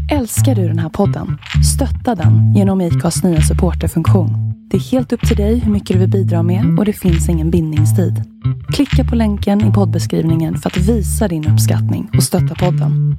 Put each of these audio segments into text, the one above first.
Älskar du den här podden? Stötta den genom IKAs nya supporterfunktion. Det är helt upp till dig hur mycket du vill bidra med och det finns ingen bindningstid. Klicka på länken i poddbeskrivningen för att visa din uppskattning och stötta podden.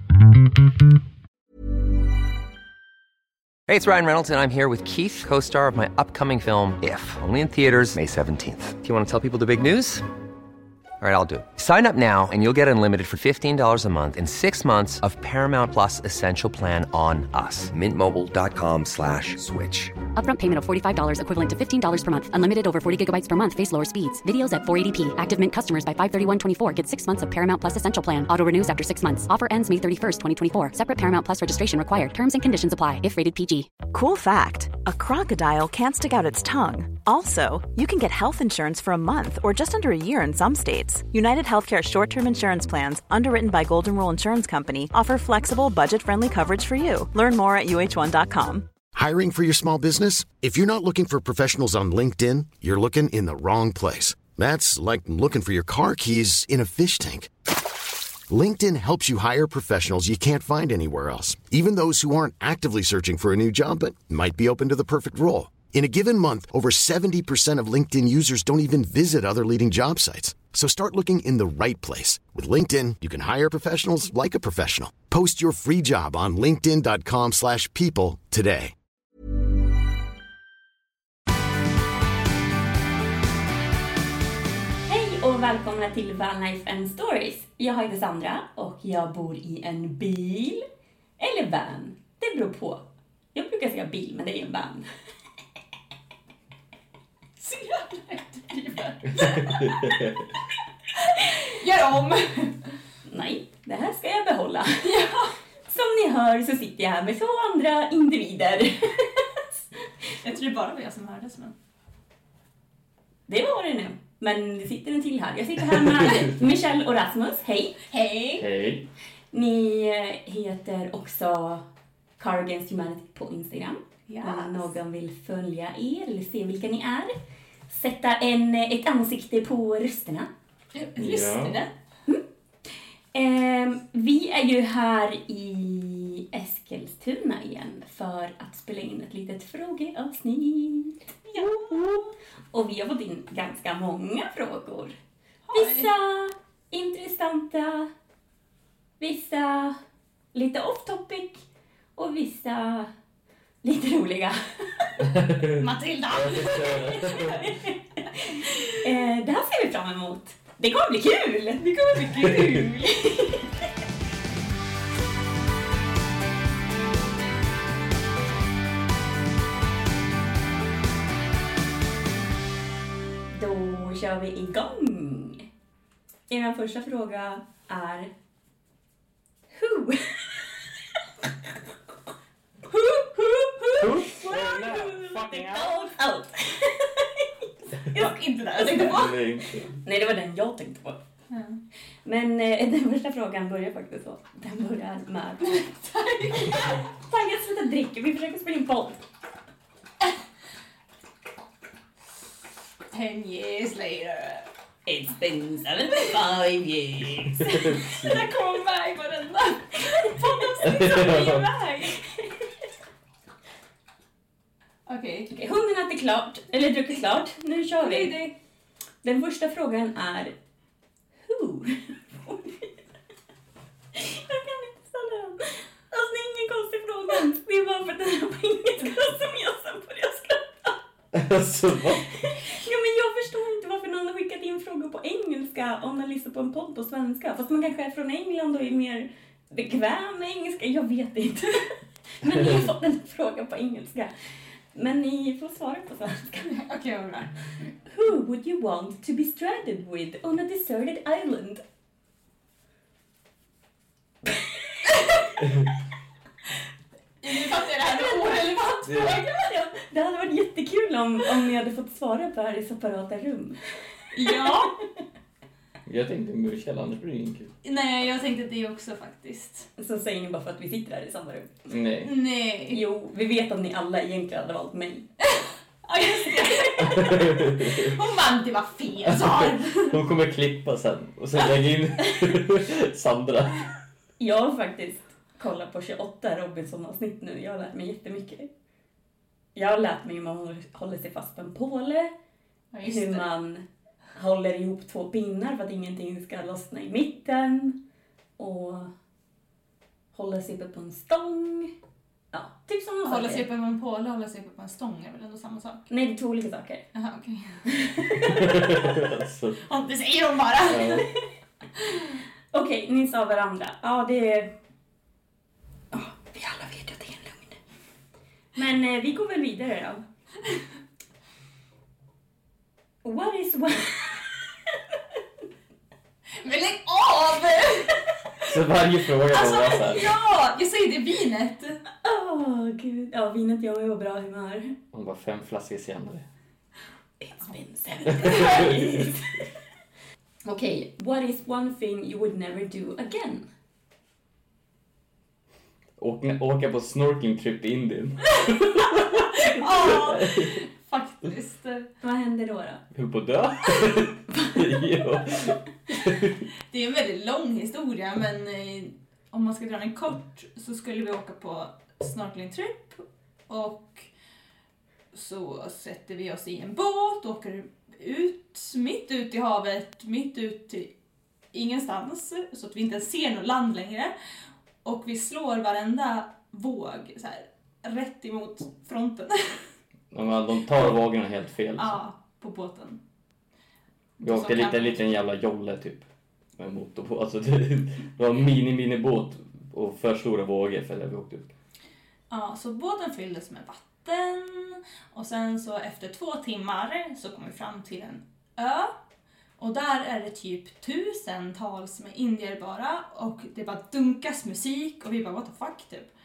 Hey, it's Ryan Reynolds and I'm here with Keith, co-star of my upcoming film, If, only in theaters May 17th. Do you want to tell people the big news? All right, I'll do it. Sign up now and you'll get unlimited for $15 a month and 6 months of Paramount Plus Essential Plan on us. MintMobile.com/switch. Upfront payment of $45 equivalent to $15 per month. Unlimited over 40 gigabytes per month. Face lower speeds. Videos at 480p. Active Mint customers by 531.24 get 6 months of Paramount Plus Essential Plan. Auto renews after 6 months. Offer ends May 31st, 2024. Separate Paramount Plus registration required. Terms and conditions apply if rated PG. Cool fact, a crocodile can't stick out its tongue. Also, you can get health insurance for a month or just under a year in some states. United Healthcare short-term insurance plans, underwritten by Golden Rule Insurance Company, offer flexible, budget-friendly coverage for you. Learn more at uh1.com. Hiring for your small business? If you're not looking for professionals on LinkedIn, you're looking in the wrong place. That's like looking for your car keys in a fish tank. LinkedIn helps you hire professionals you can't find anywhere else, even those who aren't actively searching for a new job but might be open to the perfect role. In a given month, over 70% of LinkedIn users don't even visit other leading job sites. So start looking in the right place. With LinkedIn, you can hire professionals like a professional. Post your free job on linkedin.com/people today. Hej och välkomna till Van Life and Stories. Jag heter Sandra och jag bor i en bil. Eller van. Det beror på. Jag brukar säga bil, men det är en van. Så jävla Gör om! Nej, det här ska jag behålla. Ja. Som ni hör så sitter jag här med 2 andra individer. Jag tror det bara var jag som hördes, men... Det var det nu. Men det sitter en till här. Jag sitter här med Michelle och Rasmus. Hej! Hej! Hej! Ni heter också Car Against Humanity på Instagram. Yes. Om någon vill följa er eller se vilka ni är. Sätta ett ansikte på rösterna. Rösterna? Vi är ju här i Eskilstuna igen för att spela in ett litet frågeavsnitt. Ja. Och vi har fått in ganska många frågor. Vissa intressanta, vissa lite off topic och vissa lite roliga. Matilda! Det här ser vi fram emot. Det kommer bli kul! Det kommer bli kul! Då kör vi igång. Er första fråga är Who? Fucking out. Jag ska inte där. Jag tänkte på. Nej, det var den jag tänkte på. Ja. Men den första frågan börjar faktiskt så. Den börjar med Tagga, sluta dricka. Vi försöker spela in podd. 10 years later. It's been 75 years. Det där kommer med i varenda poddavsnitt som vi är med. Okej. Hunden äter klart. Eller druckit klart. Nu kör vi. Den första frågan är Who? Jag kan inte ställa den. Alltså det är ingen konstig fråga. Det är bara för att den är på engelska som jag sen börjar skratta. Alltså vad? Ja, men jag förstår inte varför någon har skickat in frågor på engelska om man lyssnar på en podd på svenska. Fast man kanske är från England och är mer bekväm med engelska. Jag vet inte. Men ni har fått en fråga på engelska. Men ni får svara på svenska. Okej, vad bra. Who would you want to be stranded with on a deserted island? Nu fattar jag det här med orelevant fråga. Det hade varit jättekul om ni hade fått svara på det här i separata rum. Ja. Jag tänkte Michelle, annars blir det ingen kul. Nej, jag tänkte det också faktiskt. Så säger ni bara för att vi sitter här i samma rum. Nej. Nej. Jo, vi vet att ni alla egentligen hade valt mig. Ja, just det. Hon vann, det var fel svar. Hon kommer klippa sen och sen lägga in Sandra. Jag har faktiskt kollat på 28 Robinson-avsnitt nu. Jag har lärt mig jättemycket. Jag har lärt mig hur man håller sig fast på en påle. Ja, Hur man håller ihop 2 pinnar för att ingenting ska lossna i mitten. Och håller sig uppe på en stång. Ja, typ som Hålla sig uppe på en påle och hålla sig uppe på en stång är väl ändå samma sak? Nej, det är 2 olika saker. Jaha, okej. Alltså, Det säger de bara! ja. Okej, ni sa varandra. Ja, det är... vi alla vet att det är en lugn. Men vi går väl vidare då. What is one... Men lägg av! Så varje fråga var så här. Ja! Jag säger det, vinet! Gud. Ja, vinet gör mig på bra humör. Hon var 5 flaskor senare. It's been 70 years. Okej, what is one thing you would never do again? Åka på snorkeltrip i Indien. Ja, faktiskt. Vad händer då? Hur på dö? Jo. Det är en väldigt lång historia, men om man ska dra den kort så skulle vi åka på snorkelingtrip och så sätter vi oss i en båt, åker mitt ut i havet, mitt ut till ingenstans så att vi inte ser något land längre och vi slår varenda våg så här, rätt emot fronten. Ja, de tar vågorna helt fel. Ja, på båten. Vi åkte lite en jävla jolle typ. Med motorbåt. Alltså det var en minibåt och för stora vågor för det vi åkte ut. Ja, så båten fylldes med vatten och sen så efter 2 timmar så kom vi fram till en ö. Och där är det typ tusentals med indier bara och det bara dunkas musik och vi bara what the fuck typ.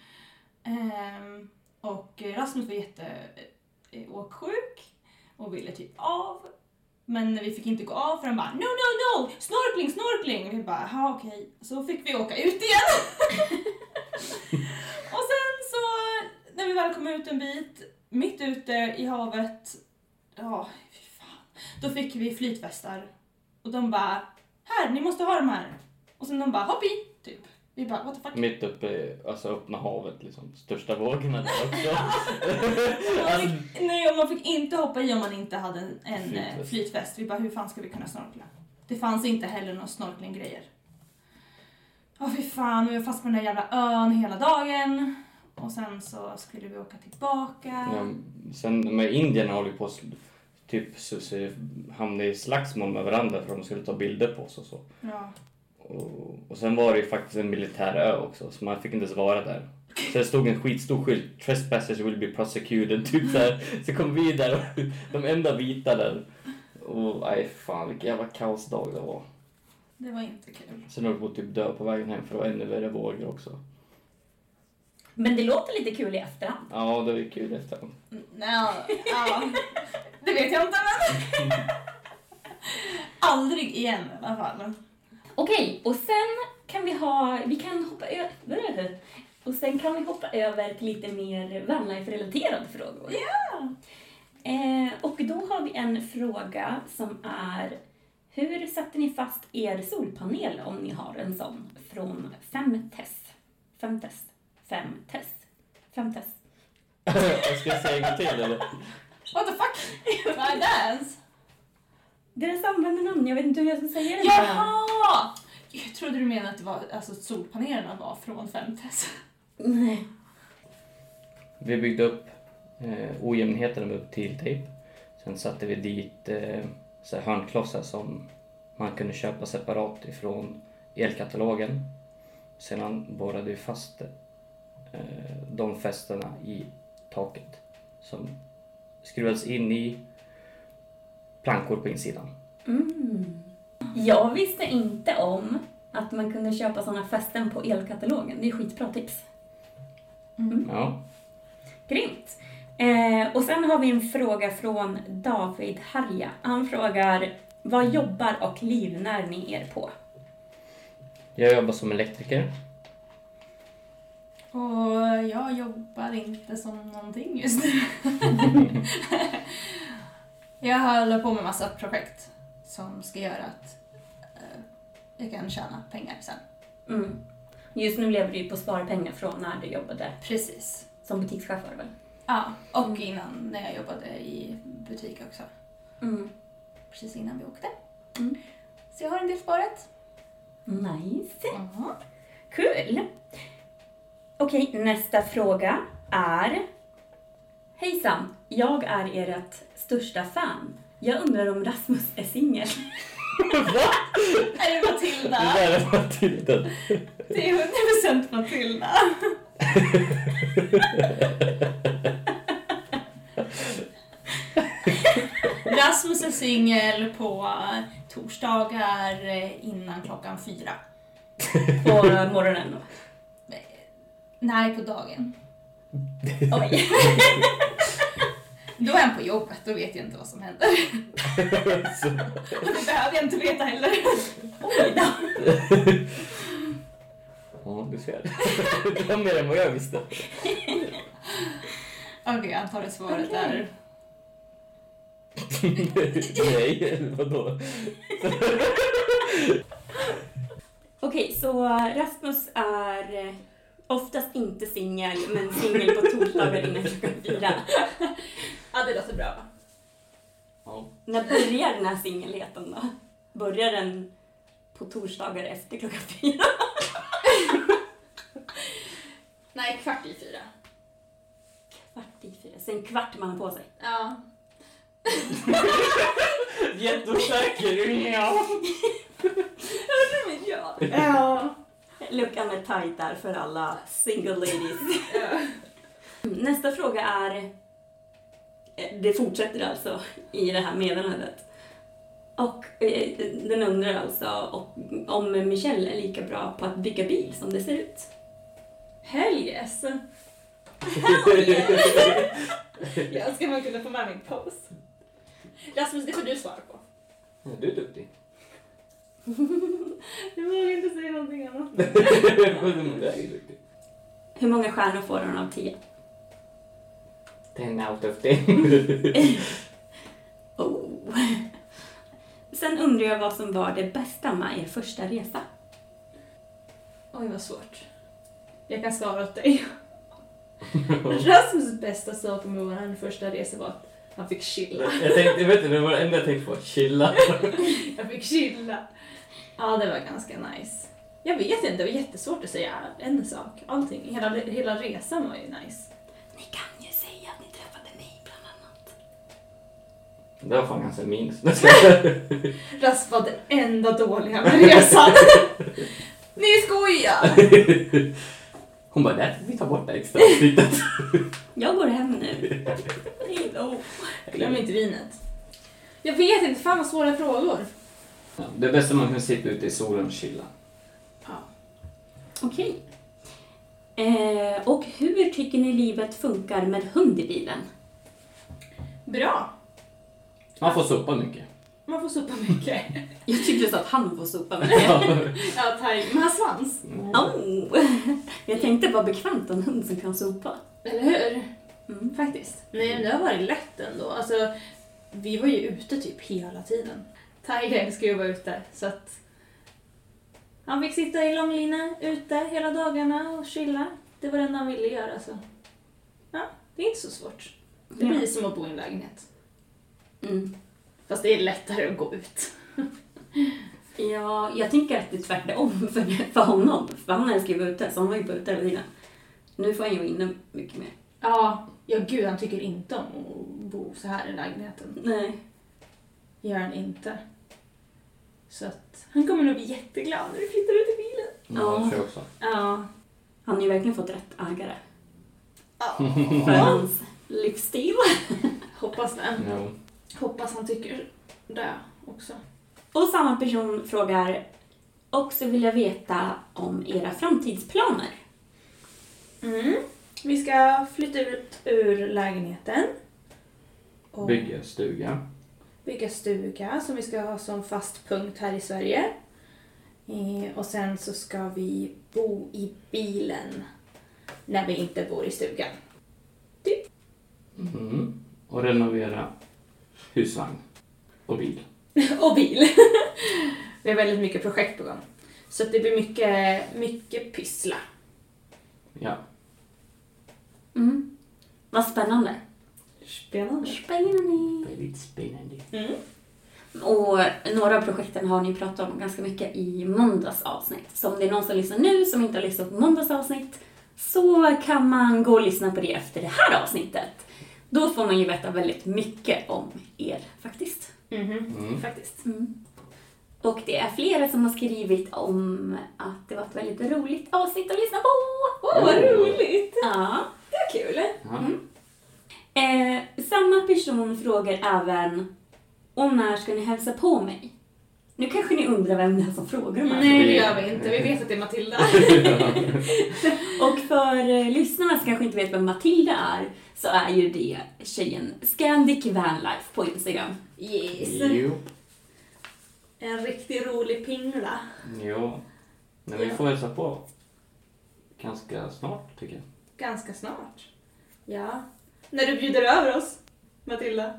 Och Rasmus var åksjuk och ville typ av. Men vi fick inte gå av för de bara no, snorkling. Vi bara, ja okej. Så fick vi åka ut igen. Och sen så, när vi väl kom ut en bit, mitt ute i havet, fy fan. Då fick vi flytvästar. Och de bara, här, ni måste ha de här. Och sen de bara, hopp i, typ. Vi bara, what the fuck? Mitt uppe, alltså öppna havet liksom. Största vågorna där också. Nej, och man fick inte hoppa i om man inte hade en flytväst. Vi bara, hur fan ska vi kunna snorkla? Det fanns inte heller någon snorklinggrejer. Fy fan, vi var fast på den där jävla ön hela dagen. Och sen så skulle vi åka tillbaka. Ja, sen med Indien håller vi på typ så hamnade i slagsmål med varandra för de skulle ta bilder på oss och så. Ja. Och sen var det ju faktiskt en militär ö också så man fick inte ens vara där. Så det stod en skitstor skylt, trespassers will be prosecuted, typ där. Så kom vi där och de enda vita där. Och nej fan, vilken jävla kaosdag det var. Det var inte kul. Sen höll vi på typ dö på vägen hem för det var ännu värre vågor också. Men det låter lite kul i efterhand. Ja, det var kul efterhand. Ja, det vet jag inte men. Aldrig igen i alla fall. Okej, och sen kan vi hoppa över till lite mer vanlife-relaterade frågor. Ja! Och då har vi en fråga som är: hur sätter ni fast er solpanel om ni har en sån? Från Femtest. Jag ska säga en gång till eller? What the fuck? Vad är det ens? Deras användarnamn, jag vet inte hur jag ska säga det. Jaha! Jag trodde du menade att det var, alltså solpanelerna var från Femtest. Nej. Vi byggde upp ojämnheterna med tilltejp. Sen satte vi dit så här handklossar som man kunde köpa separat ifrån elkatalogen. Sedan borrade vi fast de fästena i taket som skruvades in i plankor på insidan. Jag visste inte om att man kunde köpa såna fästen på elkatalogen. Det är skitbra tips. Ja. Grymt. Och sen har vi en fråga från David Harja. Han frågar: vad jobbar och livnär ni er på? Jag jobbar som elektriker. Och jag jobbar inte som någonting just nu. Jag håller på med massa projekt som ska göra att jag kan tjäna pengar sen. Just nu lever du ju på sparpengar från när du jobbade. Precis. Som butikschef var det väl? Ja, och innan när jag jobbade i butik också. Precis innan vi åkte. Så jag har en del sparat. Nice. Kul. Okej, nästa fråga är... Hejsan, jag är ert största fan. Jag undrar om Rasmus är singel. Va? Är det Matilda? Det där är Matilda. Det är 100% Matilda. Rasmus är singel på torsdagar innan 4:00. På morgonen då? Nej, på dagen. Oj. Då är han på jobbet, då vet jag inte vad som händer. Och det behöver jag inte veta heller. Oj då. Ja, du ser. Det var mer än vad jag visste. Okej, jag antar det svaret där. Nej, vadå? Okej, så Rasmus är oftast inte singel, men singel på torsdagar innan 4:00. Ja, det låter bra. Ja. När börjar den här singelheten då? Börjar den på torsdagar efter 4:00? Nej, 4:15. 4:15. Sen kvart man på sig. Ja. Jätteosäker. Ja. Ja. Luckan är tight där för alla single ladies. Nästa fråga är... Det fortsätter alltså i det här meddelandet. Och den undrar alltså om Michelle är lika bra på att bygga bil som det ser ut. Hell yes. Jag ska man kunna få med min post. Rasmus, det får du svara på. Ja, du är duktig. Jag vågar inte säga någonting annat. Det är duktig. Hur många stjärnor får hon av 10? 10 out of 10. Oh. Sen undrar jag vad som var det bästa med er första resa. Oj, vad svårt. Jag kan svara åt dig. Rasmus bästa sak med vår första resa var att han fick chilla. Jag vet inte, det var det enda jag tänkte på. Chilla. Jag fick chilla. Ja, det var ganska nice. Jag vet inte, det var jättesvårt att säga en sak. Allting, hela resan var ju nice. Ni kan ju säga att ni träffade mig bland annat. Det var fan ganska minst. Rast var det enda dåliga med resan. Ni skojar! Hon bara, där vi tar bort det extra avsnittet. Jag går hem nu. Hejdå. Glöm inte vinet. Jag vet inte, fan vad svåra frågor. Ja, det bästa man kan sitta ute i solen och chilla. Ja. Okej. Och hur tycker ni livet funkar med hund i bilen? Bra. Man får sopa mycket. Man får sopa mycket. Jag tyckte så att han får sopa med det. Ja, tack. Men han svans. Oh. Jag tänkte bara bekvämt en hund som kan sopa. Eller hur? Faktiskt. Nej, men det har varit lätt ändå. Alltså, vi var ju ute typ hela tiden. Tiger älskar ju att vara ute, så att han fick sitta i långlina ute hela dagarna och chilla. Det var det han ville göra, så. Ja, det är inte så svårt. Det blir som att bo i en lägenhet. Fast det är lättare att gå ut. Ja, jag tänker att det är tvärtom för honom. För han älskar ju att vara ute, så han var ju på ute hela tiden. Nu får han ju vara inne mycket mer. Ja, gud, han tycker inte om att bo så här i lägenheten. Nej. Gör han inte. Så att han kommer nog bli jätteglad när du flyttar ut i bilen. Ja, jag tror också. Ja. Han har ju verkligen fått rätt ägare. Ja. För hans livsstil. Hoppas det. Ja. Hoppas han tycker det också. Och samma person frågar, också vill jag veta om era framtidsplaner. Vi ska flytta ut ur lägenheten. Och Bygga stuga. bygga stuga som vi ska ha som fast punkt här i Sverige. Och sen så ska vi bo i bilen när vi inte bor i stugan. Typ. Och renovera husvagn och bil. Och bil. Vi har väldigt mycket projekt på gång. Så att det blir mycket pyssla. Ja. Vad spännande. Spännande. Väldigt spännande. Och några av projekten har ni pratat om ganska mycket i måndags avsnitt. Så om det är någon som lyssnar nu som inte har lyssnat på måndags avsnitt, så kan man gå och lyssna på det efter det här avsnittet. Då får man ju veta väldigt mycket om er faktiskt. Faktiskt. Och det är flera som har skrivit om att det var ett väldigt roligt avsnitt att lyssna på. Vad roligt! Ja. Det är kul. Samma person frågar även: och när ska ni hälsa på mig? Nu kanske ni undrar vem det är som frågar om det här. Nej, det gör vi inte. Vi vet att det är Matilda. Och för lyssnarna som kanske inte vet vem Matilda är, så är ju det tjejen Scandic Vanlife på Instagram. Yes. Jo. En riktigt rolig pingla. Jo. Men vi får hälsa på ganska snart, tycker jag. Ganska snart. Ja. När du bjuder över oss, Matilda.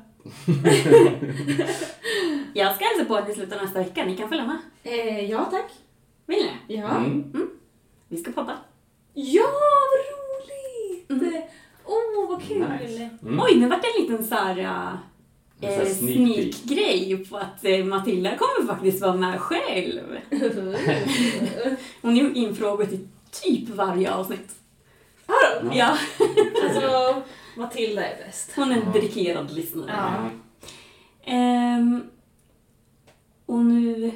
Jag ska hälsa på att ni slutar nästa vecka. Ni kan följa med. Ja, tack. Vill ni? Ja. Vi ska podda. Ja, vad roligt! Vad kul! Nice. Oj, nu vart det en liten så här sneak grej på att Matilda kommer faktiskt vara med själv. Hon är in frågor till typ varje avsnitt. Ja. Alltså, Matilda är bäst. Hon är en dedikerad lyssnare. Ja. Och nu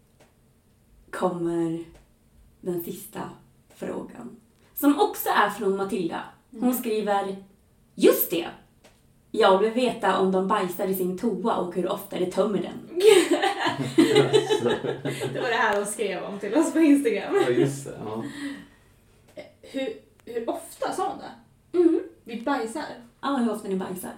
kommer den sista frågan. Som också är från Matilda. Hon skriver: just det. Jag vill veta om de bajsar i sin toa och hur ofta det tömmer den. Det var det här hon skrev om till oss på Instagram. Ja, just det. Ja. Hur ofta sa hon det? Vi bajsar. Ja, hur ofta ni bajsar.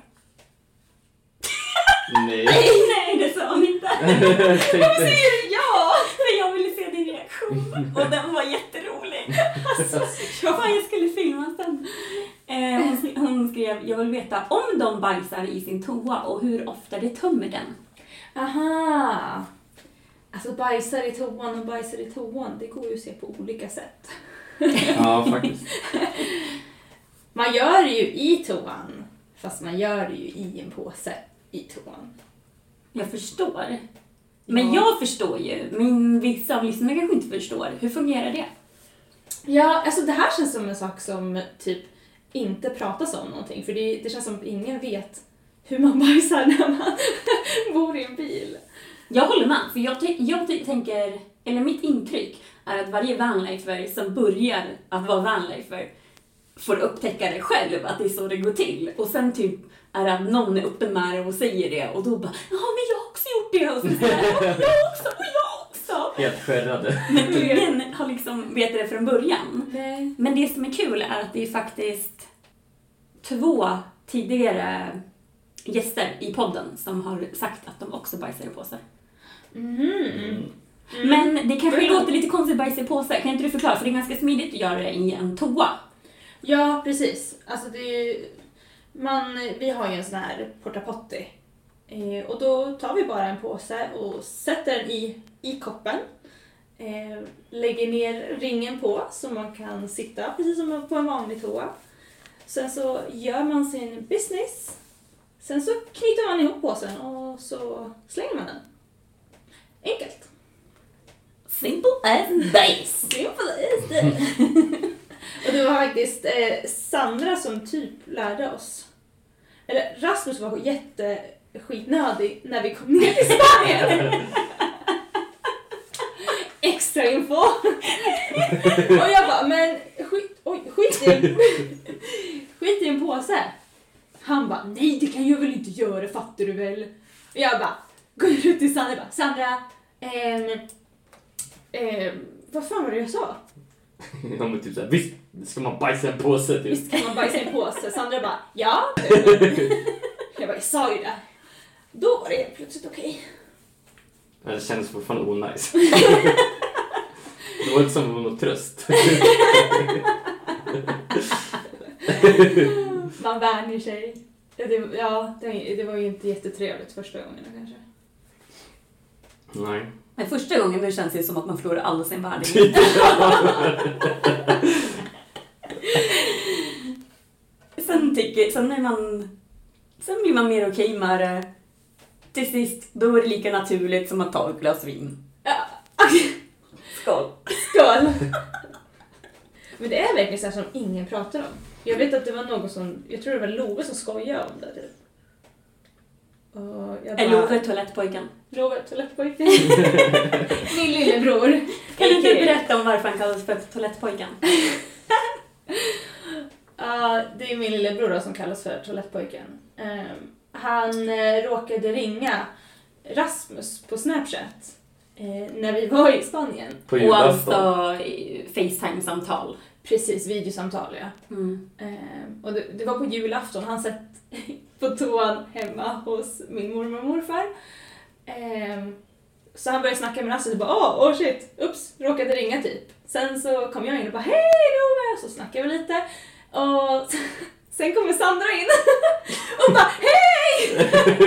Nej. Nej, det sa hon inte. Varför säger du ja? För jag ville se din reaktion. Och den var jätterolig. Jag skulle filma sen. Hon skrev: jag vill veta om de bajsar i sin toa och hur ofta det tömmer den. Aha. Alltså bajsar i toan och bajsar i toan, det går ju att se på olika sätt. Ja, faktiskt. Man gör det ju i toan, fast man gör det ju i en påse i toan. Jag förstår. Men jag förstår ju. Men vissa av lyssnarna kanske inte förstår. Hur fungerar det? Ja, alltså det här känns som en sak som typ inte pratas om någonting. För det känns som att ingen vet hur man bajsar när man bor i en bil. Jag håller med. För jag tänker, eller mitt intryck är att varje vanlifer som börjar att vara vanlifer får upptäcka det själv, att det är så det går till. Och sen typ är det att någon är uppe med det och säger det. Och då bara, ja men jag har också gjort det. Och så säger jag också. Helt skärrade. Men ingen har liksom vet det från början. Nej. Men det som är kul är att det är faktiskt 2 tidigare gäster i podden som har sagt att de också bajsar i påsar. Men det kanske låter lite konstigt bajsa i påsar. Kan inte du förklara? För det är ganska smidigt att göra det i en toa. Ja, precis. Alltså det är ju, vi har ju en sån här portapotti. Och då tar vi bara en påse och sätter den i koppen. Lägger ner ringen på så man kan sitta precis som på en vanlig toa. Sen så gör man sin business. Sen så knyter man ihop påsen och så slänger man den. Enkelt. Simple as base. Simple as that. Och det var faktiskt Sandra som typ lärde oss. Eller Rasmus var jätteskitnödig när vi kom ner till Spanien. Extra info. Och jag bara, men skit i en påse. Han bara, nej det kan jag väl inte göra, fattar du väl? Och jag bara, går ut till Sandra och bara, Sandra, vad fan var det jag sa? Ja, men typ såhär, visst ska man bajsa en påse typ. Visst kan man bajsa i en påse. Sandra bara, ja. Jag bara, jag sa ju det. Då var det helt plötsligt okej. Men det kändes fortfarande onajs. Det var inte som någon tröst. Man vänjer sig. Det var ju inte jättetrevligt första gången kanske. Nej. Men första gången det känns det som att man förlorar all sin värdighet. Sen blir man mer okej med det. Till sist, då är det lika naturligt som att ta ett glas vin. Ja. Skål. Skål. Men det är verkligen så här som ingen pratar om. Jag vet att det var någon som, jag tror det var Love som skojade om det typ. Är Love toalettpojken? Love toalettpojken. Min lillebror. Kan du inte berätta om varför han kallas för toalettpojken? Det är min lillebror då, som kallas för toalettpojken. Han råkade ringa Rasmus på Snapchat när vi var i Spanien. På och alltså FaceTime-samtal. Precis, videosamtal, ja. Och det var på julafton. Han satt på toan hemma hos min mormor och morfar. Så han började snacka med Rasmus och bara, shit, ups, råkade ringa typ. Sen så kom jag in och bara, hej Love, så snackade vi lite. Och sen kommer Sandra in och bara, hej!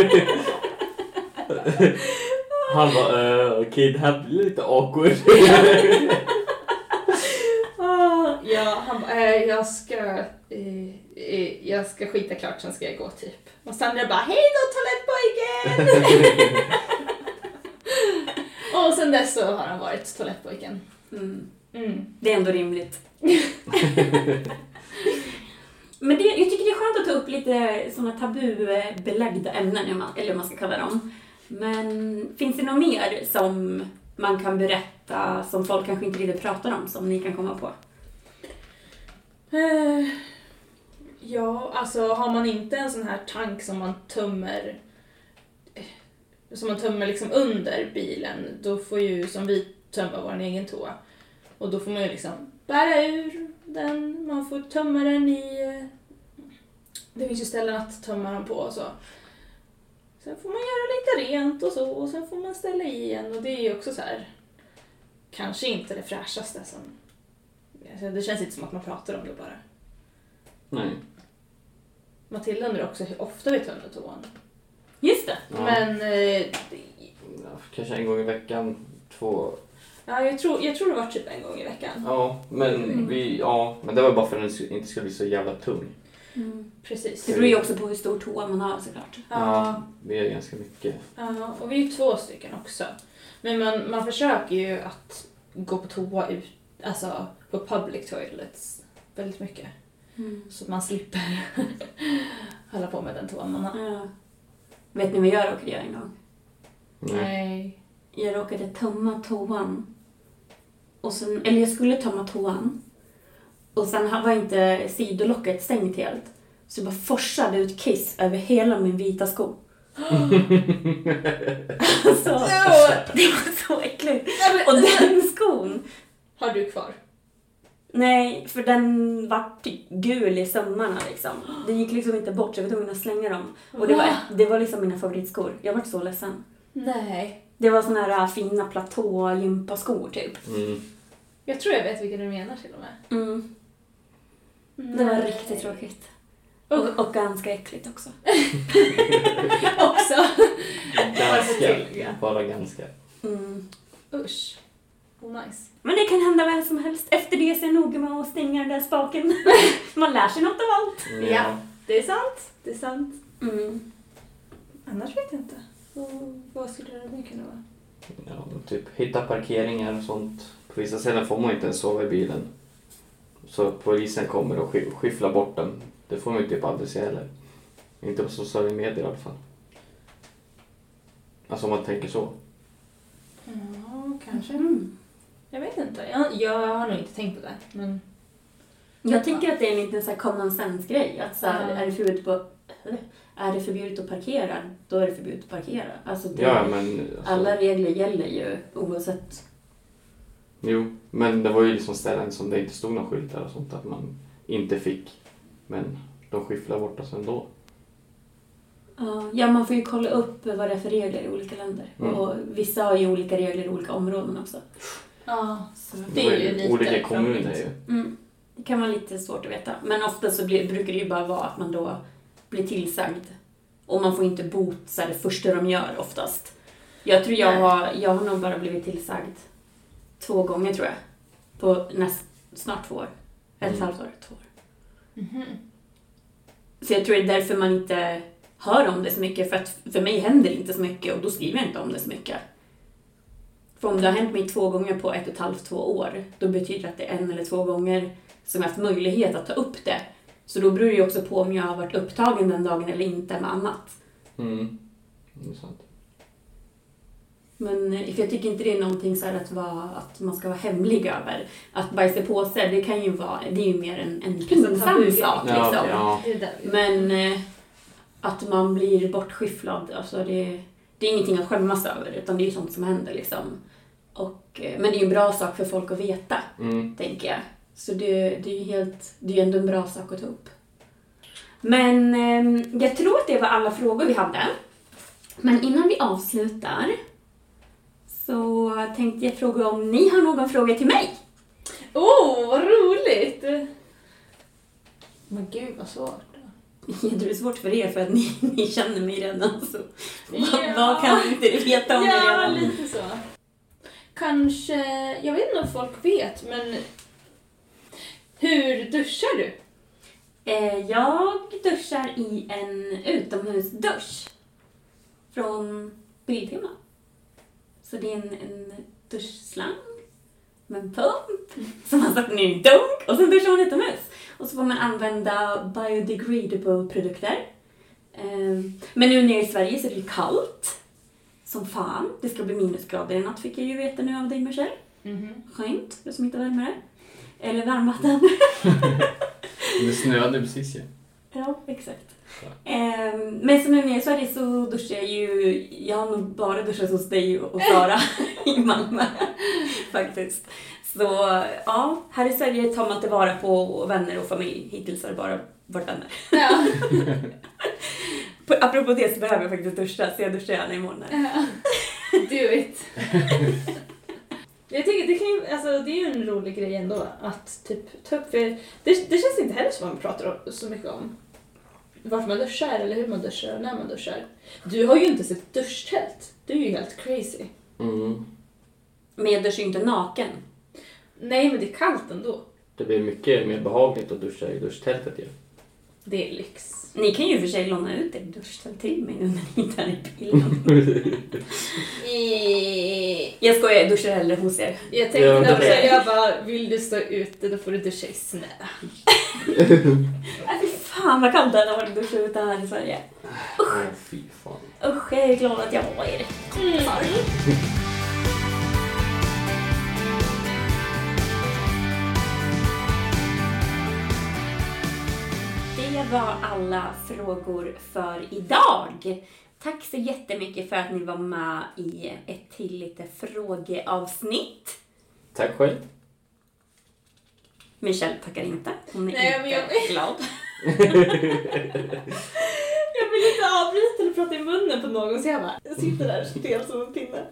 Han bara, okej, det här blir lite awkward. Ja, han bara, jag ska skita klart, sen ska jag gå typ. Och Sandra bara, hej då toalettpojken! Och sen dess så har han varit toalettpojken. Det är ändå rimligt. Men jag tycker det är skönt att ta upp lite sådana tabubelagda ämnen, eller vad man ska kalla dem. Men finns det något mer som man kan berätta som folk kanske inte riktigt pratar om, som ni kan komma på? Ja, alltså har man inte en sån här tank som man tömmer liksom under bilen, då får ju som vi tömma vår egen toa. Och då får man ju liksom bära ur den, man får tömma den i... Det finns ju ställen att tömma den på och så. Sen får man göra lite rent och så, och sen får man ställa i igen. Och det är ju också så här, kanske inte det fräschaste som... Alltså, det känns inte som att man pratar om det bara. Nej. Matilda undrar också hur ofta vi tömmer toan. Just det. Ja. Men... kanske en gång i veckan, 2... Ja, jag tror det var typ en gång i veckan. Ja, men men det var bara för att den inte skulle bli så jävla tung. Precis. Det beror ju också på hur stor toa man har såklart. Ja, vi är ganska mycket. Ja, och vi är ju 2 stycken också. Men man försöker ju att gå på toa ut, alltså på public toilets väldigt mycket. Så att man slipper hålla på med den toan man har. Ja. Vet ni vad jag råkade göra en gång? Nej. Jag råkade tömma toan. Och sen, eller jag skulle tömma toan. Och sen var inte sidolocket stängt helt. Så jag bara forsade ut kiss över hela min vita sko. Alltså, det var så äckligt. Och den skon... Har du kvar? Nej, för den var typ gul i sömmarna liksom. Det gick liksom inte bort, så jag var tvungen att slänga dem. Och det var liksom mina favoritskor. Jag var så ledsen. Nej. Det var såna här fina platå-gympaskor typ. Jag tror jag vet vilka du menar till och med. Det var riktigt tråkigt. Och ganska äckligt också. Också. Bara ganska. Usch. Oh, nice. Men det kan hända vem som helst. Efter det så är jag noga med att stänga den där spaken. Man lär sig något av allt. Ja, det är sant. Det är sant. Annars vet jag inte. Vad skulle det kunna vara? Ja, typ hitta parkeringar och sånt. På vissa ställen får man inte ens sova i bilen. Så polisen kommer och skifflar bort den. Det får man ju typ aldrig se heller. Inte på sociala medier i alla fall. Alltså om man tänker så. Ja, kanske. Jag vet inte. Jag har nog inte tänkt på det. Men... Jag tänker att det är en liten så här common sense-grej. Att så här, är det förbjudet att parkera, då är det förbjudet att parkera. Alltså alla regler gäller ju oavsett. Jo, men det var ju liksom ställen som det inte stod någon skylt där och sånt att man inte fick. Men de skifflar bort oss ändå. Ja, man får ju kolla upp vad det är för regler i olika länder. Och vissa har ju olika regler i olika områden också. Ja, så det är ju lite olika kommuner ju. Det kan vara lite svårt att veta. Men ofta så brukar det ju bara vara att man då blir tillsagd. Och man får inte bot så här det första de gör oftast. Jag tror jag har nog bara blivit tillsagd 2 gånger tror jag. På snart 2 år. Ett halvår, 2 år. Mhm. Så jag tror det är därför man inte hör om det så mycket. För att för mig händer det inte så mycket och då skriver jag inte om det så mycket. För om det har hänt mig 2 gånger på 1,5-2 år, då betyder det att det är 1 eller 2 gånger som jag haft möjlighet att ta upp det. Så då beror det ju också på om jag har varit upptagen den dagen eller inte med annat. Mm. Det är sant. Men för jag tycker inte det är någonting så här att man ska vara hemlig över. Att bajsa på sig, det kan ju vara, det är ju mer en pinsam sak liksom. Ja. Men att man blir bortskyfflad, alltså det är ingenting att skämmas över, utan det är ju sånt som händer liksom. Men det är ju en bra sak för folk att veta, tänker jag. Så det är ju ändå en bra sak att ta upp. Men jag tror att det var alla frågor vi hade. Men innan vi avslutar så tänkte jag fråga om ni har någon fråga till mig. Vad roligt! Men gud, vad svårt. Det är svårt för er för att ni känner mig redan. Så vad kan inte du veta om det redan? Ja, lite så. Kanske, jag vet inte om folk vet, men hur duschar du? Jag duschar i en utomhusdusch från Biltema. Så det är en duschslang med en pump som man sätter ner i en dunk och sen duschar man utomhus. Och så får man använda biodegradable produkter. Men nu nere i Sverige så är det ju kallt. Som fan. Det ska bli minusgrader i natt, fick jag ju veta nu av dig, Michelle. Skönt, för som inte värmer det. Eller varmvatten. Det snöade precis ju. Ja, exakt. Men som nu nere i Sverige så duschar jag ju... Jag har nog bara duschat hos dig och Sara i Malmö. Faktiskt. Så ja, här i Sverige tar man tillvara på vänner och familj. Hittills har det bara varit vänner. Ja. Apropå det så behöver jag faktiskt duscha, så jag duschar gärna imorgon. Do it. Jag tycker det är ju en rolig grej ändå att typ ta upp, för det känns inte heller som man pratar så mycket om vart man duschar eller hur man duschar och när man duschar. Du har ju inte sett duschtält. Du är ju helt crazy. Men jag duschar ju inte naken. Nej, men det är kallt ändå. Det blir mycket mer behagligt att duscha i duschtältet ju. Det är lyx. Ni kan ju för sig låna ut er duschtält till mig nu när ni inte är i bilen. Jag skojar, jag duschar hellre hos er. Jag tänkte också, jag bara, vill du stå ute då får du duscha i snö. Fy fan vad kallt det hade varit att duscha ute här i Sverige. Fy fan. Usch, jag är glad att jag var i det. Det var alla frågor för idag. Tack så jättemycket för att ni var med i ett till lite frågeavsnitt. Tack själv. Michelle tackar inte. Hon är glad. Jag vill inte avbryta eller prata i munnen på någon, så jag sitter där stel som en pinne.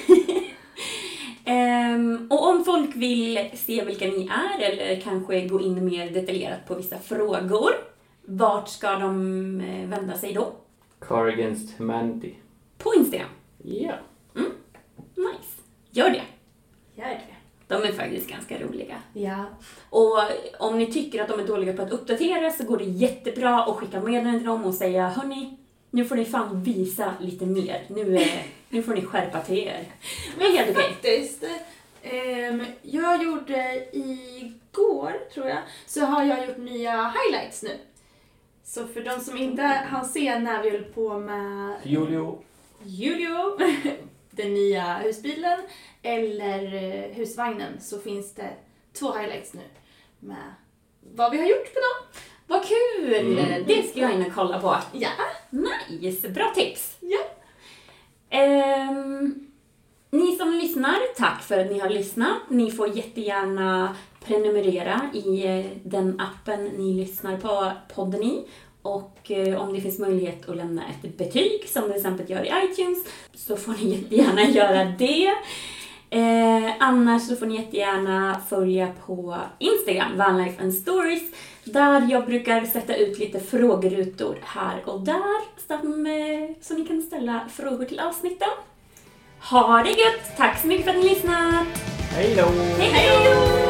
Och om folk vill se vilka ni är eller kanske gå in mer detaljerat på vissa frågor, vart ska de vända sig då? Car Against Humanity. På Instagram? Ja. Nice. Gör det. Gör det. De är faktiskt ganska roliga. Ja. Och om ni tycker att de är dåliga på att uppdatera så går det jättebra att skicka meddelanden till dem och säga: hörni, nu får ni fan visa lite mer. Nu får ni skärpa till er. Det är helt okej. Faktiskt. Jag gjorde igår, tror jag, så har jag gjort nya highlights nu. Så för de som inte har se när vi höll på med Julio, den nya husbilen eller husvagnen, så finns det 2 highlights nu med vad vi har gjort på dem. Vad kul! Det ska jag in och kolla på. Ja. Nice, bra tips. Ja. Ni som lyssnar, tack för att ni har lyssnat. Ni får jättegärna prenumerera i den appen ni lyssnar på podden i. Och om det finns möjlighet att lämna ett betyg, som det till exempel gör i iTunes, så får ni jättegärna göra det. Annars så får ni jättegärna följa på Instagram, Vanlife and Stories, där jag brukar sätta ut lite frågerutor här och där, så ni kan ställa frågor till avsnitten. Ha det gött! Tack så mycket för att ni lyssnat! Hej då! Hej då!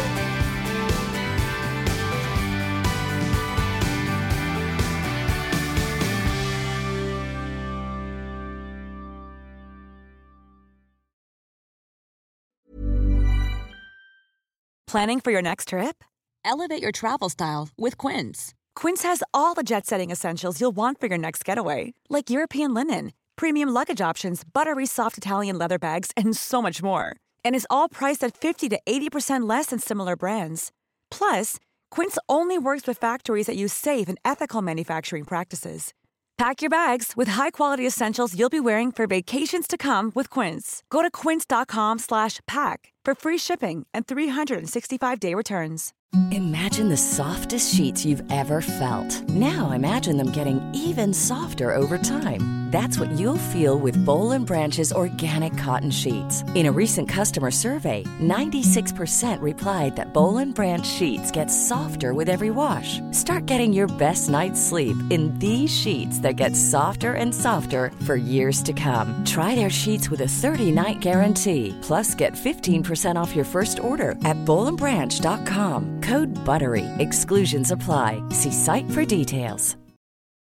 Planning for your next trip? Elevate your travel style with Quince. Quince has all the jet-setting essentials you'll want for your next getaway, like European linen, premium luggage options, buttery soft Italian leather bags, and so much more. And is all priced at 50 to 80% less than similar brands. Plus, Quince only works with factories that use safe and ethical manufacturing practices. Pack your bags with high-quality essentials you'll be wearing for vacations to come with Quince. Go to quince.com/pack for free shipping and 365-day returns. Imagine the softest sheets you've ever felt. Now imagine them getting even softer over time. That's what you'll feel with Boll & Branch's organic cotton sheets. In a recent customer survey, 96% replied that Boll & Branch sheets get softer with every wash. Start getting your best night's sleep in these sheets that get softer and softer for years to come. Try their sheets with a 30-night guarantee. Plus, get 15% off your first order at bollandbranch.com. Code BUTTERY. Exclusions apply. See site for details.